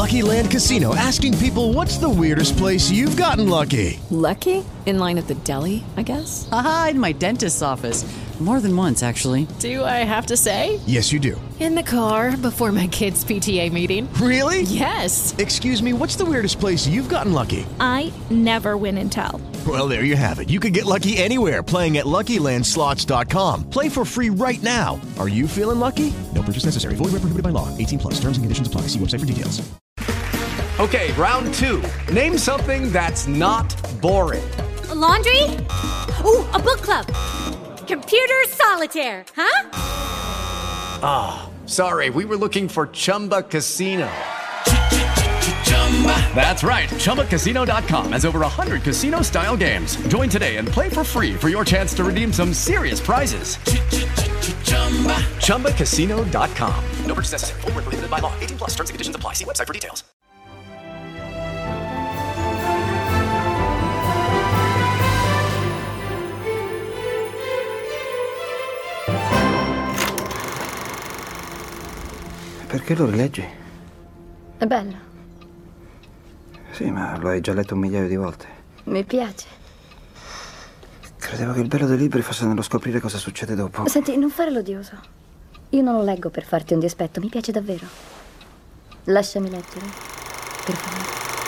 Lucky Land Casino, asking people, what's the weirdest place you've gotten lucky? Lucky? In line at the deli, I guess? Aha, in my dentist's office. More than once, actually. Do I have to say? Yes, you do. In the car before my kids' PTA meeting. Really? Yes. Excuse me, what's the weirdest place you've gotten lucky? I never win and tell. Well, there you have it. You can get lucky anywhere, playing at LuckyLandSlots.com. Play for free right now. Are you feeling lucky? No purchase necessary. Void where prohibited by law. 18 plus. Terms and conditions apply. See website for details. Okay, round two. Name something that's not boring. A laundry? Ooh, a book club. Computer solitaire, huh? Sorry, we were looking for Chumba Casino. That's right. ChumbaCasino.com has over 100 casino-style games. Join today and play for free for your chance to redeem some serious prizes. ChumbaCasino.com. No purchase necessary. Void where prohibited by law. 18 plus. Terms and conditions apply. See website for details. Perché lo rileggi? È bello, Sì, ma lo hai già letto 1.000.000 di volte. mi piace. Credevo che il bello dei libri fosse nello scoprire cosa succede dopo. Senti, non fare l'odioso. Io non lo leggo per farti un dispetto, mi piace davvero. Lasciami leggere, per favore.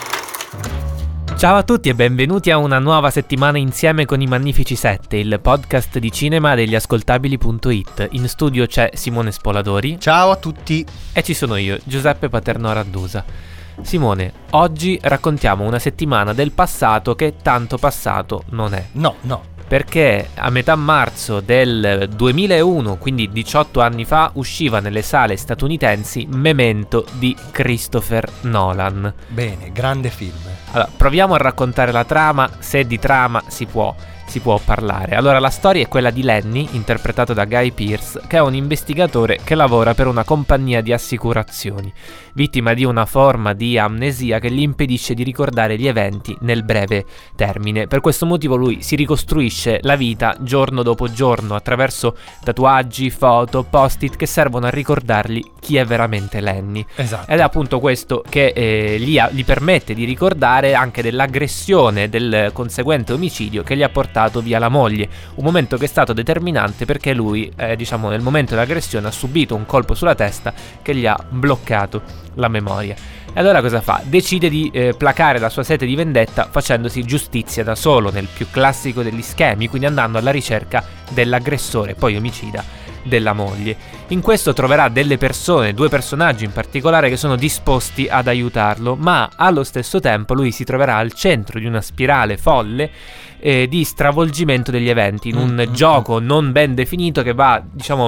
Ciao a tutti e benvenuti a una nuova settimana insieme con i Magnifici 7, il podcast di cinema degli ascoltabili.it. In studio c'è Simone Spoladori. Ciao a tutti. E ci sono io, Giuseppe Paternò Raddusa. Simone, oggi raccontiamo una settimana del passato che tanto passato non è. No. Perché a metà marzo del 2001, quindi 18 anni fa, usciva nelle sale statunitensi Memento di Christopher Nolan. Bene, grande film. Allora, proviamo a raccontare la trama, se di trama si può parlare. Allora, la storia è quella di Lenny, interpretato da Guy Pearce, che è un investigatore che lavora per una compagnia di assicurazioni, vittima di una forma di amnesia che gli impedisce di ricordare gli eventi nel breve termine. Per questo motivo lui si ricostruisce la vita giorno dopo giorno attraverso tatuaggi, foto, post-it che servono a ricordargli chi è veramente Lenny. Esatto. Ed è appunto questo che gli permette di ricordare anche dell'aggressione, del conseguente omicidio che gli ha portato via la moglie, un momento che è stato determinante perché lui, nel momento dell'aggressione ha subito un colpo sulla testa che gli ha bloccato la memoria. E allora cosa fa? Decide di placare la sua sete di vendetta facendosi giustizia da solo, nel più classico degli schemi, quindi andando alla ricerca dell'aggressore, poi omicida, della moglie. In questo troverà delle persone, due personaggi in particolare, che sono disposti ad aiutarlo, ma allo stesso tempo lui si troverà al centro di una spirale folle di stravolgimento degli eventi, in un gioco non ben definito che va,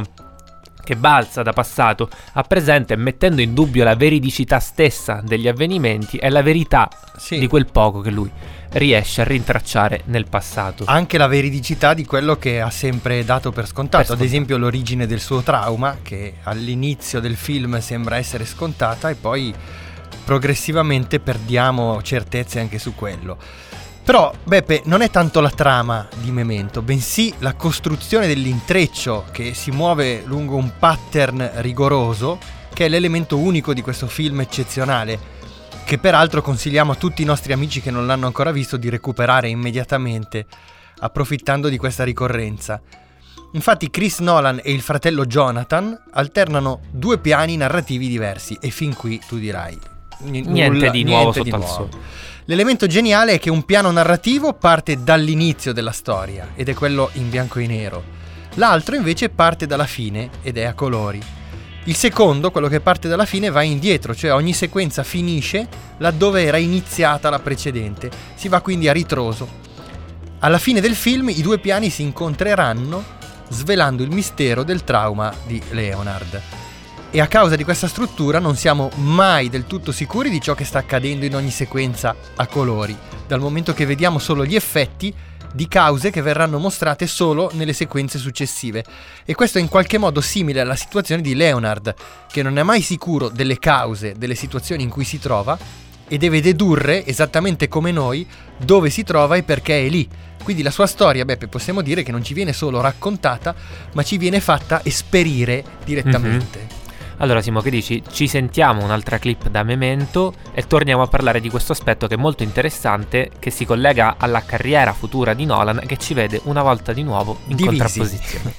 che balza da passato a presente, mettendo in dubbio la veridicità stessa degli avvenimenti e la verità di quel poco che lui riesce a rintracciare nel passato. Anche la veridicità di quello che ha sempre dato per scontato. Ad esempio l'origine del suo trauma, che all'inizio del film sembra essere scontata e poi progressivamente perdiamo certezze anche su quello. Però, Beppe, non è tanto la trama di Memento, bensì la costruzione dell'intreccio che si muove lungo un pattern rigoroso, che è l'elemento unico di questo film eccezionale, che peraltro consigliamo a tutti i nostri amici che non l'hanno ancora visto di recuperare immediatamente, approfittando di questa ricorrenza. Infatti Chris Nolan e il fratello Jonathan alternano due piani narrativi diversi, e fin qui tu dirai niente di nuovo sotto al sole. L'elemento geniale è che un piano narrativo parte dall'inizio della storia ed è quello in bianco e nero. L'altro invece parte dalla fine ed è a colori. Il secondo, quello che parte dalla fine, va indietro, cioè ogni sequenza finisce laddove era iniziata la precedente. Si va quindi a ritroso. Alla fine del film i due piani si incontreranno, svelando il mistero del trauma di Leonard. E a causa di questa struttura non siamo mai del tutto sicuri di ciò che sta accadendo in ogni sequenza a colori, dal momento che vediamo solo gli effetti di cause che verranno mostrate solo nelle sequenze successive. E questo è in qualche modo simile alla situazione di Leonard, che non è mai sicuro delle cause delle situazioni in cui si trova e deve dedurre, esattamente come noi, dove si trova e perché è lì. Quindi la sua storia, Beppe, possiamo dire che non ci viene solo raccontata, ma ci viene fatta esperire direttamente. Allora Simo, che dici? Ci sentiamo un'altra clip da Memento e torniamo a parlare di questo aspetto che è molto interessante, che si collega alla carriera futura di Nolan, che ci vede una volta di nuovo in contrapposizione.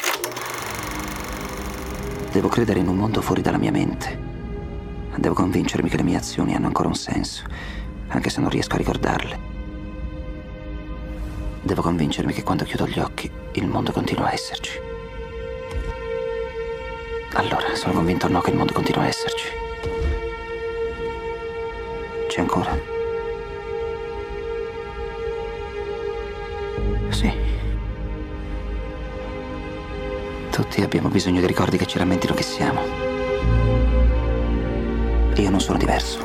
Devo credere in un mondo fuori dalla mia mente. Devo convincermi che le mie azioni hanno ancora un senso, anche se non riesco a ricordarle. Devo convincermi che quando chiudo gli occhi il mondo continua a esserci. Allora, sono convinto o no che il mondo continua a esserci? C'è ancora? Sì. Tutti abbiamo bisogno di ricordi che ci rammentino che siamo. Io non sono diverso.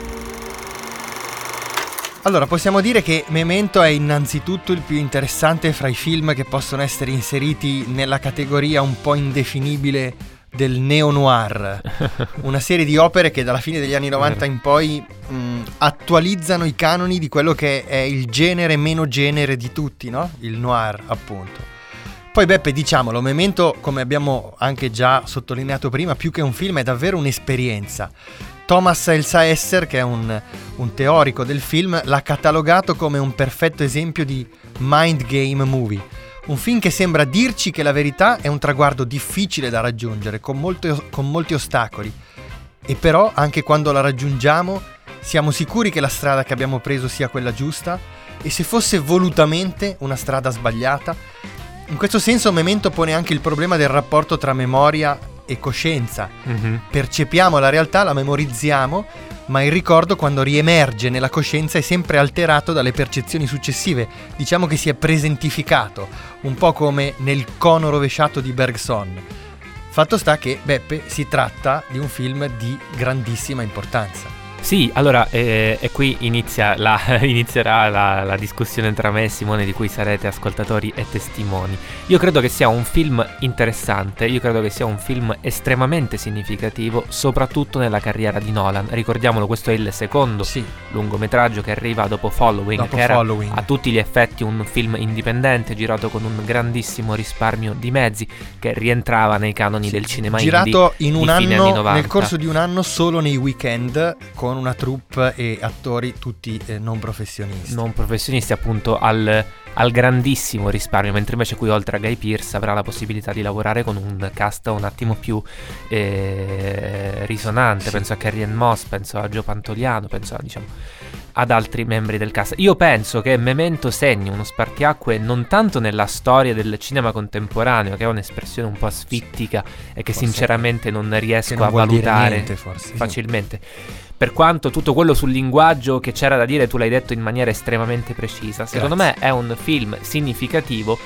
Allora, possiamo dire che Memento è innanzitutto il più interessante fra i film che possono essere inseriti nella categoria un po' indefinibile del neo-noir, una serie di opere che dalla fine degli anni 90 in poi attualizzano i canoni di quello che è il genere meno genere di tutti, no? Il noir, appunto. Poi Beppe, diciamolo, Memento, come abbiamo anche già sottolineato prima, più che un film è davvero un'esperienza. Thomas Elsa Esser, che è un teorico del film, l'ha catalogato come un perfetto esempio di mind game movie. Un film che sembra dirci che la verità è un traguardo difficile da raggiungere, con molti ostacoli. E però, anche quando la raggiungiamo, siamo sicuri che la strada che abbiamo preso sia quella giusta? E se fosse volutamente una strada sbagliata? In questo senso Memento pone anche il problema del rapporto tra memoria e coscienza. Percepiamo la realtà, la memorizziamo, ma il ricordo, quando riemerge nella coscienza, è sempre alterato dalle percezioni successive. Diciamo che si è presentificato, un po' come nel cono rovesciato di Bergson. Fatto sta che, Beppe, si tratta di un film di grandissima importanza. Sì, allora, e qui inizierà la discussione tra me e Simone, di cui sarete ascoltatori e testimoni. Io credo che sia un film interessante, io credo che sia un film estremamente significativo, soprattutto nella carriera di Nolan. Ricordiamolo, questo è il secondo lungometraggio che arriva dopo Following, che era a tutti gli effetti un film indipendente, girato con un grandissimo risparmio di mezzi, che rientrava nei canoni del cinema girato in un fine anno, anni 90. Nel corso di un anno, solo nei weekend, con una troupe e attori tutti non professionisti, appunto, al grandissimo risparmio, mentre invece qui, oltre a Guy Pearce, avrà la possibilità di lavorare con un cast un attimo più risonante. Penso a Carrie Ann Moss, penso a Joe Pantoliano, penso a, ad altri membri del cast. Io penso che Memento segni uno spartiacque non tanto nella storia del cinema contemporaneo, che è un'espressione un po' asfittica e che sinceramente non riesco a valutare facilmente. Per quanto tutto quello sul linguaggio che c'era da dire tu l'hai detto in maniera estremamente precisa. Secondo me è un film significativo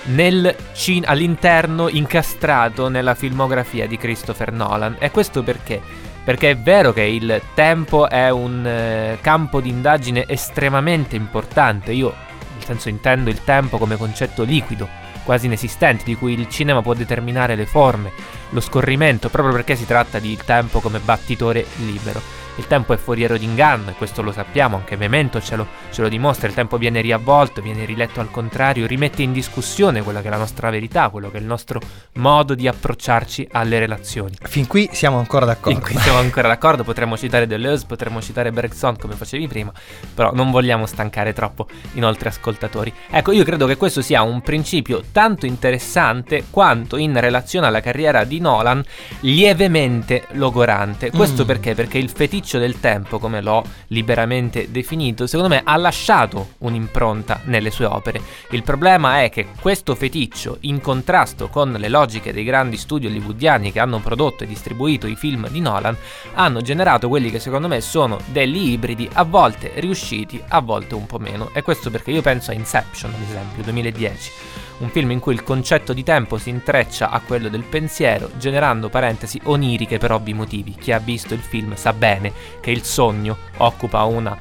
all'interno, incastrato nella filmografia di Christopher Nolan. E questo perché? Perché è vero che il tempo è un campo di indagine estremamente importante. Io, nel senso, intendo il tempo come concetto liquido, quasi inesistente, di cui il cinema può determinare le forme, lo scorrimento, proprio perché si tratta di tempo come battitore libero. Il tempo è foriero d'inganno, e questo lo sappiamo, anche Memento ce lo dimostra. Il tempo viene riavvolto, viene riletto al contrario, rimette in discussione quella che è la nostra verità, quello che è il nostro modo di approcciarci alle relazioni. Fin qui siamo ancora d'accordo. Potremmo citare Deleuze, potremmo citare Bergson, come facevi prima, però non vogliamo stancare troppo i nostri ascoltatori. Ecco, io credo che questo sia un principio tanto interessante quanto, in relazione alla carriera di Nolan, lievemente logorante. Questo perché? Perché il feticcio del tempo, come l'ho liberamente definito, secondo me ha lasciato un'impronta nelle sue opere. Il problema è che questo feticcio, in contrasto con le logiche dei grandi studi hollywoodiani che hanno prodotto e distribuito i film di Nolan, hanno generato quelli che secondo me sono degli ibridi, a volte riusciti, a volte un po' meno. E questo perché io penso a Inception, ad esempio, 2010, un film in cui il concetto di tempo si intreccia a quello del pensiero, generando parentesi oniriche per ovvi motivi. Chi ha visto il film sa bene che il sogno occupa un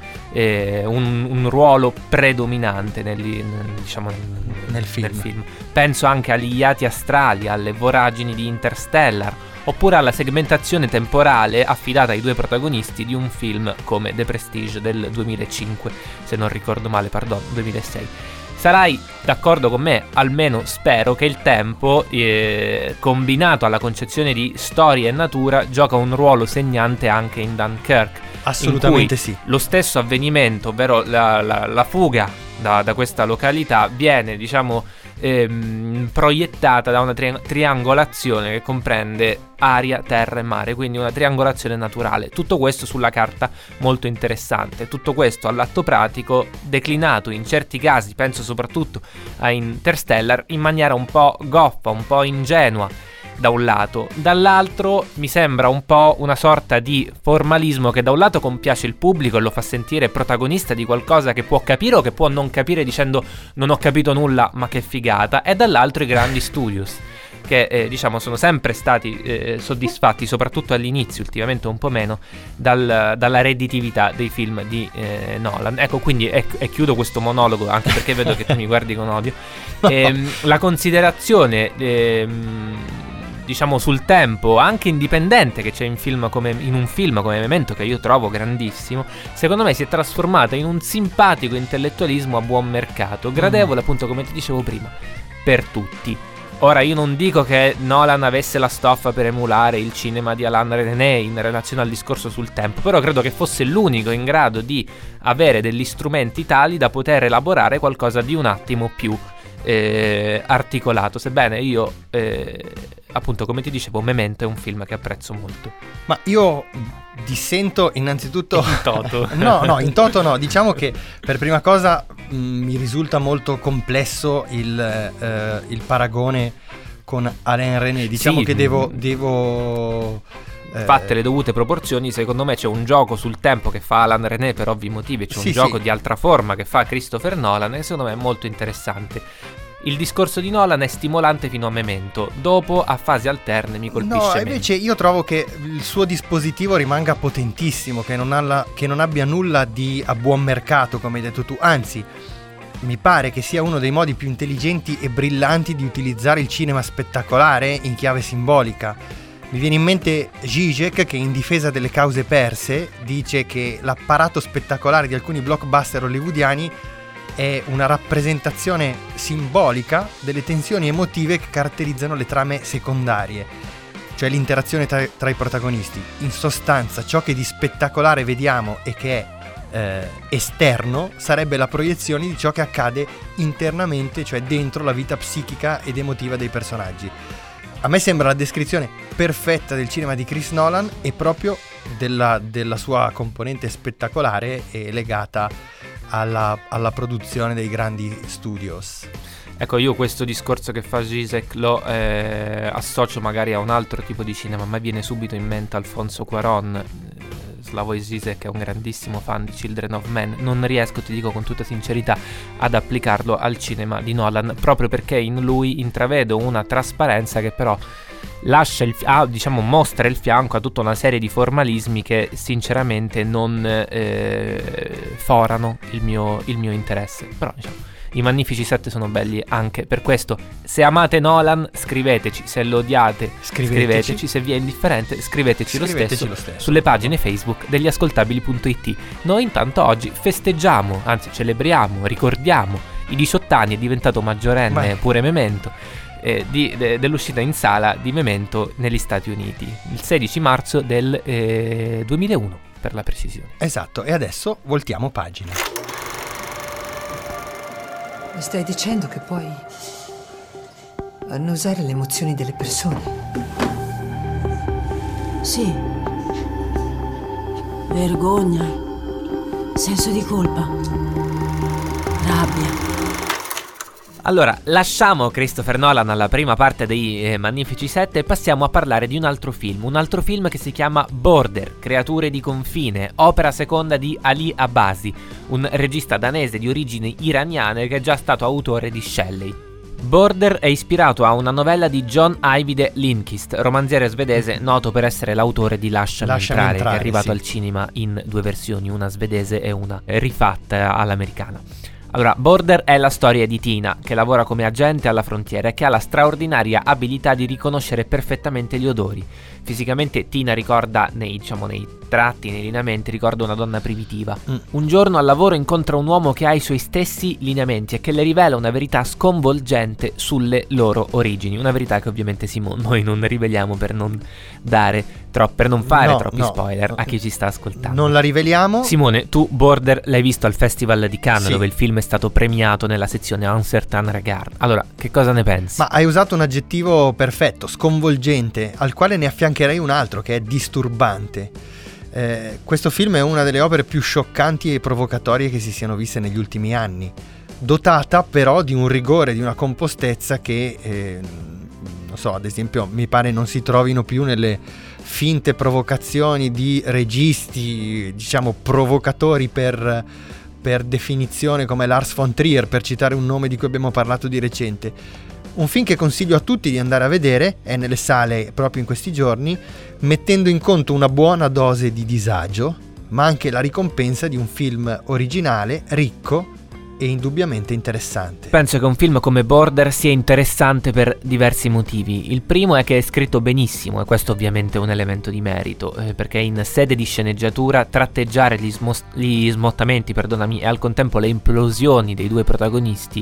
ruolo predominante nel film. Penso anche agli iati astrali, alle voragini di Interstellar, oppure alla segmentazione temporale affidata ai due protagonisti di un film come The Prestige del 2005, se non ricordo male, 2006. Sarai d'accordo con me, almeno spero, che il tempo, combinato alla concezione di storia e natura, gioca un ruolo segnante anche in Dunkirk. Assolutamente sì. Lo stesso avvenimento, ovvero la fuga da questa località, viene, diciamo, proiettata da una triangolazione che comprende aria, terra e mare, quindi una triangolazione naturale. Tutto questo sulla carta molto interessante, tutto questo all'atto pratico declinato in certi casi, penso soprattutto a Interstellar, in maniera un po' goffa, un po' ingenua da un lato, dall'altro mi sembra un po' una sorta di formalismo che da un lato compiace il pubblico e lo fa sentire protagonista di qualcosa che può capire o che può non capire dicendo non ho capito nulla ma che figata, e dall'altro i grandi studios che diciamo sono sempre stati soddisfatti, soprattutto all'inizio, ultimamente un po' meno, dalla redditività dei film di Nolan. Ecco, quindi e chiudo questo monologo, anche perché vedo che tu mi guardi con odio. La considerazione diciamo sul tempo anche indipendente che c'è in un film come Memento, che io trovo grandissimo, secondo me si è trasformata in un simpatico intellettualismo a buon mercato, gradevole appunto, come ti dicevo prima, per tutti. Ora, io non dico che Nolan avesse la stoffa per emulare il cinema di Alain Resnais in relazione al discorso sul tempo, però credo che fosse l'unico in grado di avere degli strumenti tali da poter elaborare qualcosa di un attimo più articolato, sebbene io appunto, come ti dicevo, Memento è un film che apprezzo molto. Ma io dissento innanzitutto in toto. in toto no, diciamo che per prima cosa mi risulta molto complesso il paragone con Alain Resnais, diciamo, sì, che devo fatte le dovute proporzioni. Secondo me c'è un gioco sul tempo che fa Alain Resnais per ovvi motivi, c'è un gioco di altra forma che fa Christopher Nolan, che secondo me è molto interessante. Il discorso di Nolan è stimolante fino a Memento, dopo a fasi alterne mi colpisce meno. Invece io trovo che il suo dispositivo rimanga potentissimo, che non abbia nulla di a buon mercato, come hai detto tu, anzi mi pare che sia uno dei modi più intelligenti e brillanti di utilizzare il cinema spettacolare in chiave simbolica. Mi viene in mente Zizek, che in difesa delle cause perse dice che l'apparato spettacolare di alcuni blockbuster hollywoodiani è una rappresentazione simbolica delle tensioni emotive che caratterizzano le trame secondarie, cioè l'interazione tra i protagonisti. In sostanza, ciò che di spettacolare vediamo e che è esterno sarebbe la proiezione di ciò che accade internamente, cioè dentro la vita psichica ed emotiva dei personaggi. A me sembra la descrizione perfetta del cinema di Chris Nolan e proprio della sua componente spettacolare e legata alla produzione dei grandi studios. Ecco, io questo discorso che fa Zizek lo associo magari a un altro tipo di cinema. A me viene subito in mente Alfonso Cuarón. Slavoj Zizek è un grandissimo fan di Children of Men. Non riesco, ti dico con tutta sincerità, ad applicarlo al cinema di Nolan, proprio perché in lui intravedo una trasparenza che però lascia mostra il fianco a tutta una serie di formalismi che sinceramente non forano il mio interesse. Però diciamo, i Magnifici 7 sono belli anche per questo. Se amate Nolan, scriveteci. Se lo odiate, scriveteci. Se vi è indifferente, scriveteci lo stesso sulle pagine Facebook degli ascoltabili.it. Noi intanto oggi festeggiamo, anzi celebriamo, ricordiamo i 18 anni, è diventato maggiorenne pure Memento, dell'uscita in sala di Memento negli Stati Uniti, il 16 marzo del 2001 per la precisione. Esatto, e adesso voltiamo pagina. Mi stai dicendo che puoi annusare le emozioni delle persone? Sì. Vergogna, senso di colpa, rabbia. Allora, lasciamo Christopher Nolan alla prima parte dei Magnifici 7 e passiamo a parlare di un altro film che si chiama Border, Creature di confine, opera seconda di Ali Abbasi, un regista danese di origini iraniane che è già stato autore di Shelley. Border è ispirato a una novella di John Ajvide Lindqvist, romanziere svedese noto per essere l'autore di Lasciami entrare, che è arrivato al cinema in 2 versioni, una svedese e una rifatta all'americana. Allora, Border è la storia di Tina, che lavora come agente alla frontiera e che ha la straordinaria abilità di riconoscere perfettamente gli odori. Fisicamente Tina ricorda nei tratti, nei lineamenti, ricorda una donna primitiva. Un giorno al lavoro incontra un uomo che ha i suoi stessi lineamenti e che le rivela una verità sconvolgente sulle loro origini. Una verità che ovviamente noi non riveliamo per non fare troppi spoiler a chi ci sta ascoltando. Non la riveliamo. Simone, tu Border l'hai visto al Festival di Cannes, sì, dove il film è stato premiato nella sezione Un certain regard. Allora, che cosa ne pensi? Ma hai usato un aggettivo perfetto, sconvolgente, al quale ne affiancherei un altro che è disturbante. Questo film è una delle opere più scioccanti e provocatorie che si siano viste negli ultimi anni, dotata però di un rigore, di una compostezza che non so, ad esempio mi pare non si trovino più nelle finte provocazioni di registi, diciamo provocatori per definizione, come Lars von Trier, per citare un nome di cui abbiamo parlato di recente. Un film che consiglio a tutti di andare a vedere, è nelle sale proprio in questi giorni, mettendo in conto una buona dose di disagio, ma anche la ricompensa di un film originale, ricco e indubbiamente interessante. Penso che un film come Border sia interessante per diversi motivi. Il primo è che è scritto benissimo, e questo ovviamente è un elemento di merito, perché in sede di sceneggiatura tratteggiare gli smottamenti, e al contempo le implosioni dei due protagonisti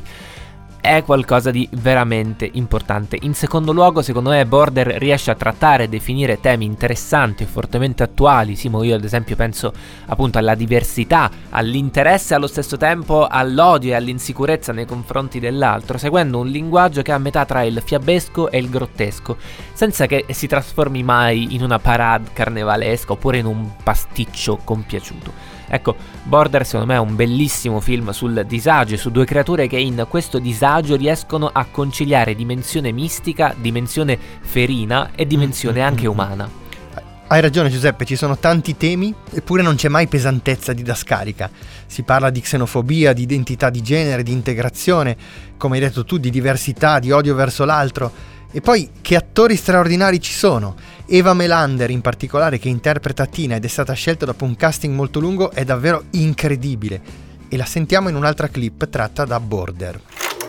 è qualcosa di veramente importante. In secondo luogo, secondo me, Border riesce a trattare e definire temi interessanti e fortemente attuali. Simo, io ad esempio penso appunto alla diversità, all'interesse allo stesso tempo all'odio e all'insicurezza nei confronti dell'altro, seguendo un linguaggio che è a metà tra il fiabesco e il grottesco, senza che si trasformi mai in una parade carnevalesca oppure in un pasticcio compiaciuto. Ecco, Border secondo me è un bellissimo film sul disagio e su due creature che in questo disagio riescono a conciliare dimensione mistica, dimensione ferina e dimensione anche umana. Hai ragione Giuseppe, ci sono tanti temi, eppure non c'è mai pesantezza didascalica. Si parla di xenofobia, di identità di genere, di integrazione, come hai detto tu, di diversità, di odio verso l'altro. E poi che attori straordinari ci sono. Eva Melander in particolare, che interpreta Tina ed è stata scelta dopo un casting molto lungo, è davvero incredibile. E la sentiamo in un'altra clip tratta da Border.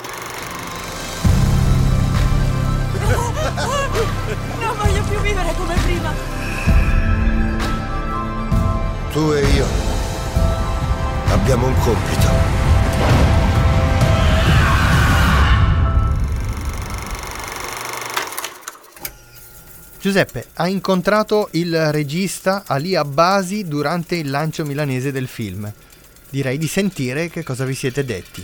Non voglio più vivere come prima. Tu e io abbiamo un compito. Giuseppe, ha incontrato il regista Ali Abbasi durante il lancio milanese del film. Direi di sentire che cosa vi siete detti.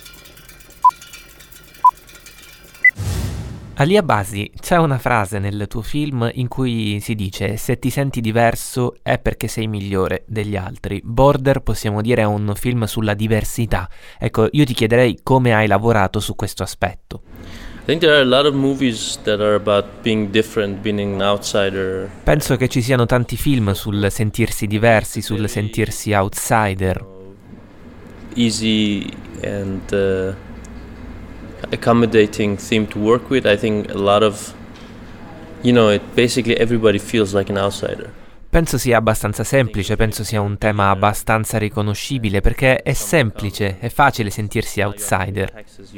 Ali Abbasi, c'è una frase nel tuo film in cui si dice: se ti senti diverso è perché sei migliore degli altri. Border, possiamo dire, è un film sulla diversità. Ecco, io ti chiederei come hai lavorato su questo aspetto. I think there are a lot of movies that are about being different, being an outsider. Penso che ci siano tanti film sul sentirsi diversi, sul sentirsi outsider. Easy and accommodating theme to work with. I think a lot of, basically everybody feels like an outsider. Penso sia abbastanza semplice, penso sia un tema abbastanza riconoscibile, perché è semplice, è facile sentirsi outsider.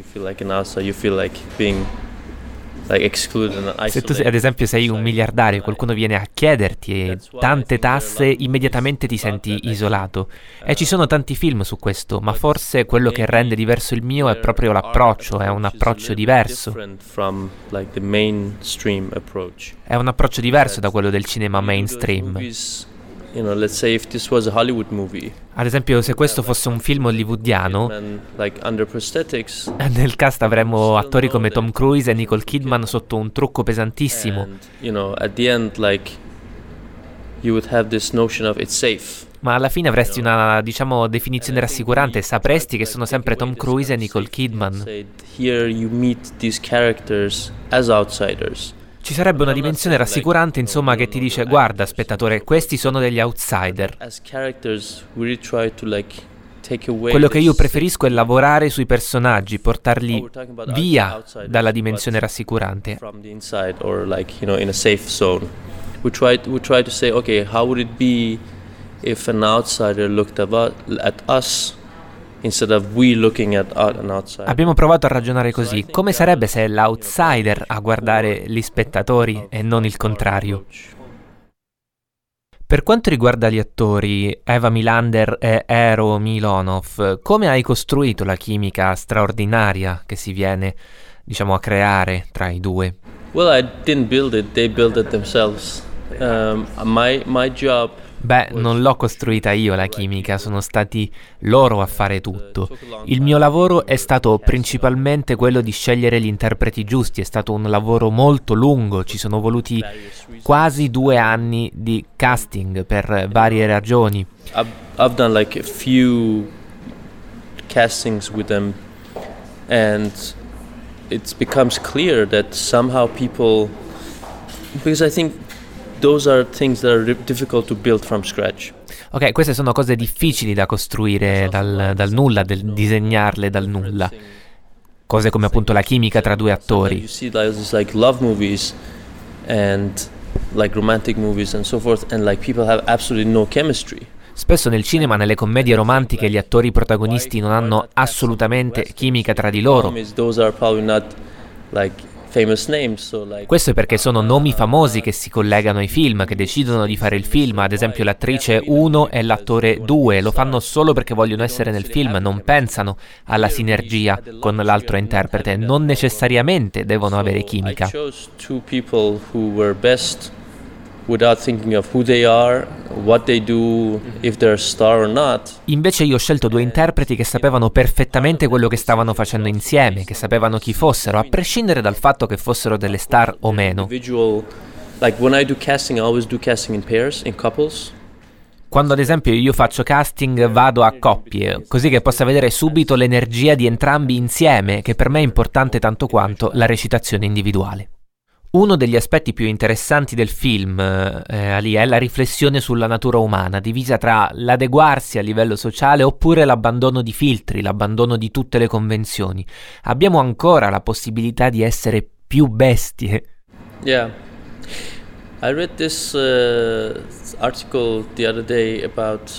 Se tu ad esempio sei un miliardario, qualcuno viene a chiederti tante tasse, immediatamente ti senti isolato. E ci sono tanti film su questo, ma forse quello che rende diverso il mio è proprio l'approccio, è un approccio diverso. È un approccio diverso da quello del cinema mainstream. Ad esempio, se questo fosse un film hollywoodiano, nel cast avremmo attori come Tom Cruise e Nicole Kidman sotto un trucco pesantissimo. Ma alla fine avresti una, definizione rassicurante, sapresti che sono sempre Tom Cruise e Nicole Kidman. Ci sarebbe una dimensione rassicurante, insomma, che ti dice: guarda, spettatore, questi sono degli outsider. Quello che io preferisco è lavorare sui personaggi, portarli via dalla dimensione rassicurante. We try to say, okay, how would it be if an outsider looked at us instead of we looking at an outsider? Abbiamo provato a ragionare così: come sarebbe se è l'outsider a guardare gli spettatori e non il contrario? Per quanto riguarda gli attori, Eva Milander e Eero Milonov, come hai costruito la chimica straordinaria che si viene, diciamo, a creare tra i due? Well, I didn't build it, they built it themselves. My job... Beh, non l'ho costruita io la chimica, sono stati loro a fare tutto. Il mio lavoro è stato principalmente quello di scegliere gli interpreti giusti, è stato un lavoro molto lungo, ci sono voluti quasi 2 anni di casting per varie ragioni. I've done like a few castings with them and it becomes clear that somehow people, because I think those are things that are difficult to build from scratch. Ok, queste sono cose difficili da costruire dal nulla, disegnarle dal nulla. Cose come appunto la chimica tra due attori. You see like love movies and like romantic movies and so forth, and like people have absolutely no chemistry. Spesso nel cinema, nelle commedie romantiche, gli attori protagonisti non hanno assolutamente chimica tra di loro. Those are probably not like famous names, so like... Questo è perché sono nomi famosi che si collegano ai film, che decidono di fare il film. Ad esempio l'attrice 1 e l'attore 2 lo fanno solo perché vogliono essere nel film, non pensano alla sinergia con l'altro interprete, non necessariamente devono avere chimica. I chose 2 people who were best without thinking of who they are, what they do, if they're a star or not. Invece io ho scelto 2 interpreti che sapevano perfettamente quello che stavano facendo insieme, che sapevano chi fossero, a prescindere dal fatto che fossero delle star o meno. Like when I do casting, I always do casting in pairs, in couples. Quando ad esempio io faccio casting vado a coppie, così che possa vedere subito l'energia di entrambi insieme, che per me è importante tanto quanto la recitazione individuale. Uno degli aspetti più interessanti del film, Ali, è la riflessione sulla natura umana, divisa tra l'adeguarsi a livello sociale oppure l'abbandono di filtri, l'abbandono di tutte le convenzioni. Abbiamo ancora la possibilità di essere più bestie. Yeah. I read this article the other day about,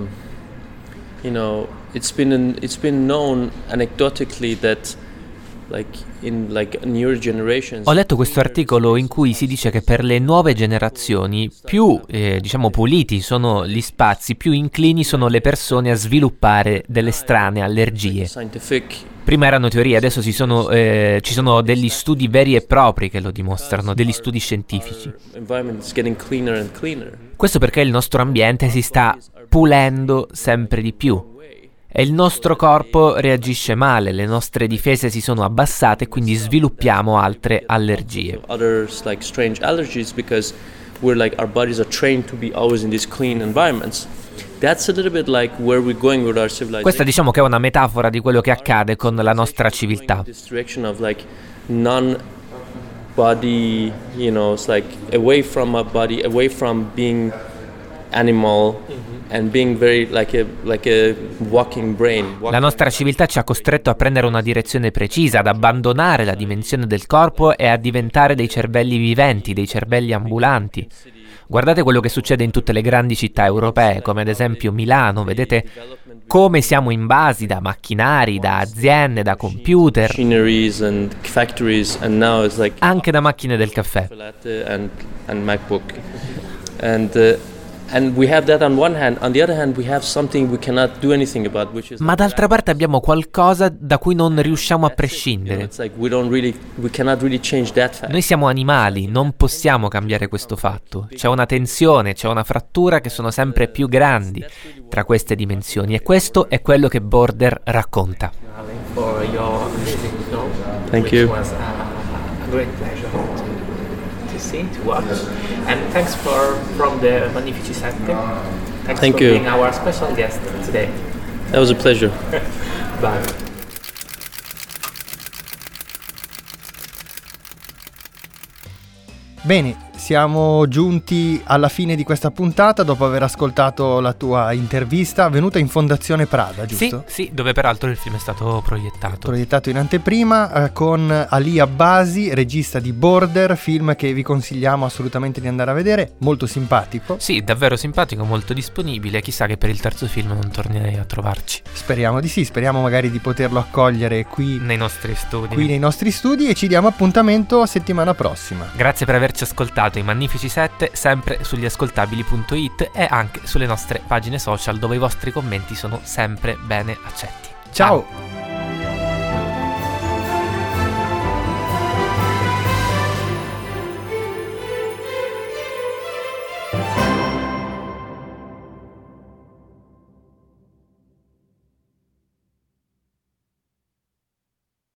it's been known anecdotically that Ho letto questo articolo in cui si dice che per le nuove generazioni più puliti sono gli spazi, più inclini sono le persone a sviluppare delle strane allergie. Prima erano teorie, adesso ci sono degli studi veri e propri che lo dimostrano, degli studi scientifici. Questo perché il nostro ambiente si sta pulendo sempre di più. E il nostro corpo reagisce male, le nostre difese si sono abbassate e quindi sviluppiamo altre allergie. Others like strange allergies because our bodies are trained to be always in these clean environments. That's a little bit like where we're going with our civilization. Questa diciamo che è una metafora di quello che accade con la nostra civiltà. This direction of like non-body, it's like away from our body, away from being animal and being very like a walking brain. La nostra civiltà ci ha costretto a prendere una direzione precisa, ad abbandonare la dimensione del corpo e a diventare dei cervelli viventi, dei cervelli ambulanti. Guardate quello che succede in tutte le grandi città europee, come ad esempio Milano, vedete come siamo invasi da macchinari, da aziende, da computer, anche da macchine del caffè. And MacBook. And we have that on one hand. On the other hand, we have something we cannot do anything about, which is. Ma d'altra parte abbiamo qualcosa da cui non riusciamo a prescindere. It's like we cannot really change that fact. Noi siamo animali, non possiamo cambiare questo fatto. C'è una tensione, c'è una frattura che sono sempre più grandi tra queste dimensioni e questo è quello che Border racconta. Thank you. Great pleasure to see, to watch, and thanks from the Magnifici Sette. Thanks for being our special guest today. That was a pleasure. Bye. Bene, siamo giunti alla fine di questa puntata dopo aver ascoltato la tua intervista venuta in Fondazione Prada, giusto? Sì, dove peraltro il film è stato proiettato. Proiettato in anteprima con Ali Abbasi, regista di Border, film che vi consigliamo assolutamente di andare a vedere, molto simpatico. Sì, davvero simpatico, molto disponibile, chissà che per il terzo film non tornerei a trovarci. Speriamo di sì, speriamo magari di poterlo accogliere qui nei nostri studi. Qui nei nostri studi e ci diamo appuntamento a settimana prossima. Grazie per averci ascoltato ascoltato i Magnifici 7 sempre sugli ascoltabili.it e anche sulle nostre pagine social, dove i vostri commenti sono sempre bene accetti. Ciao.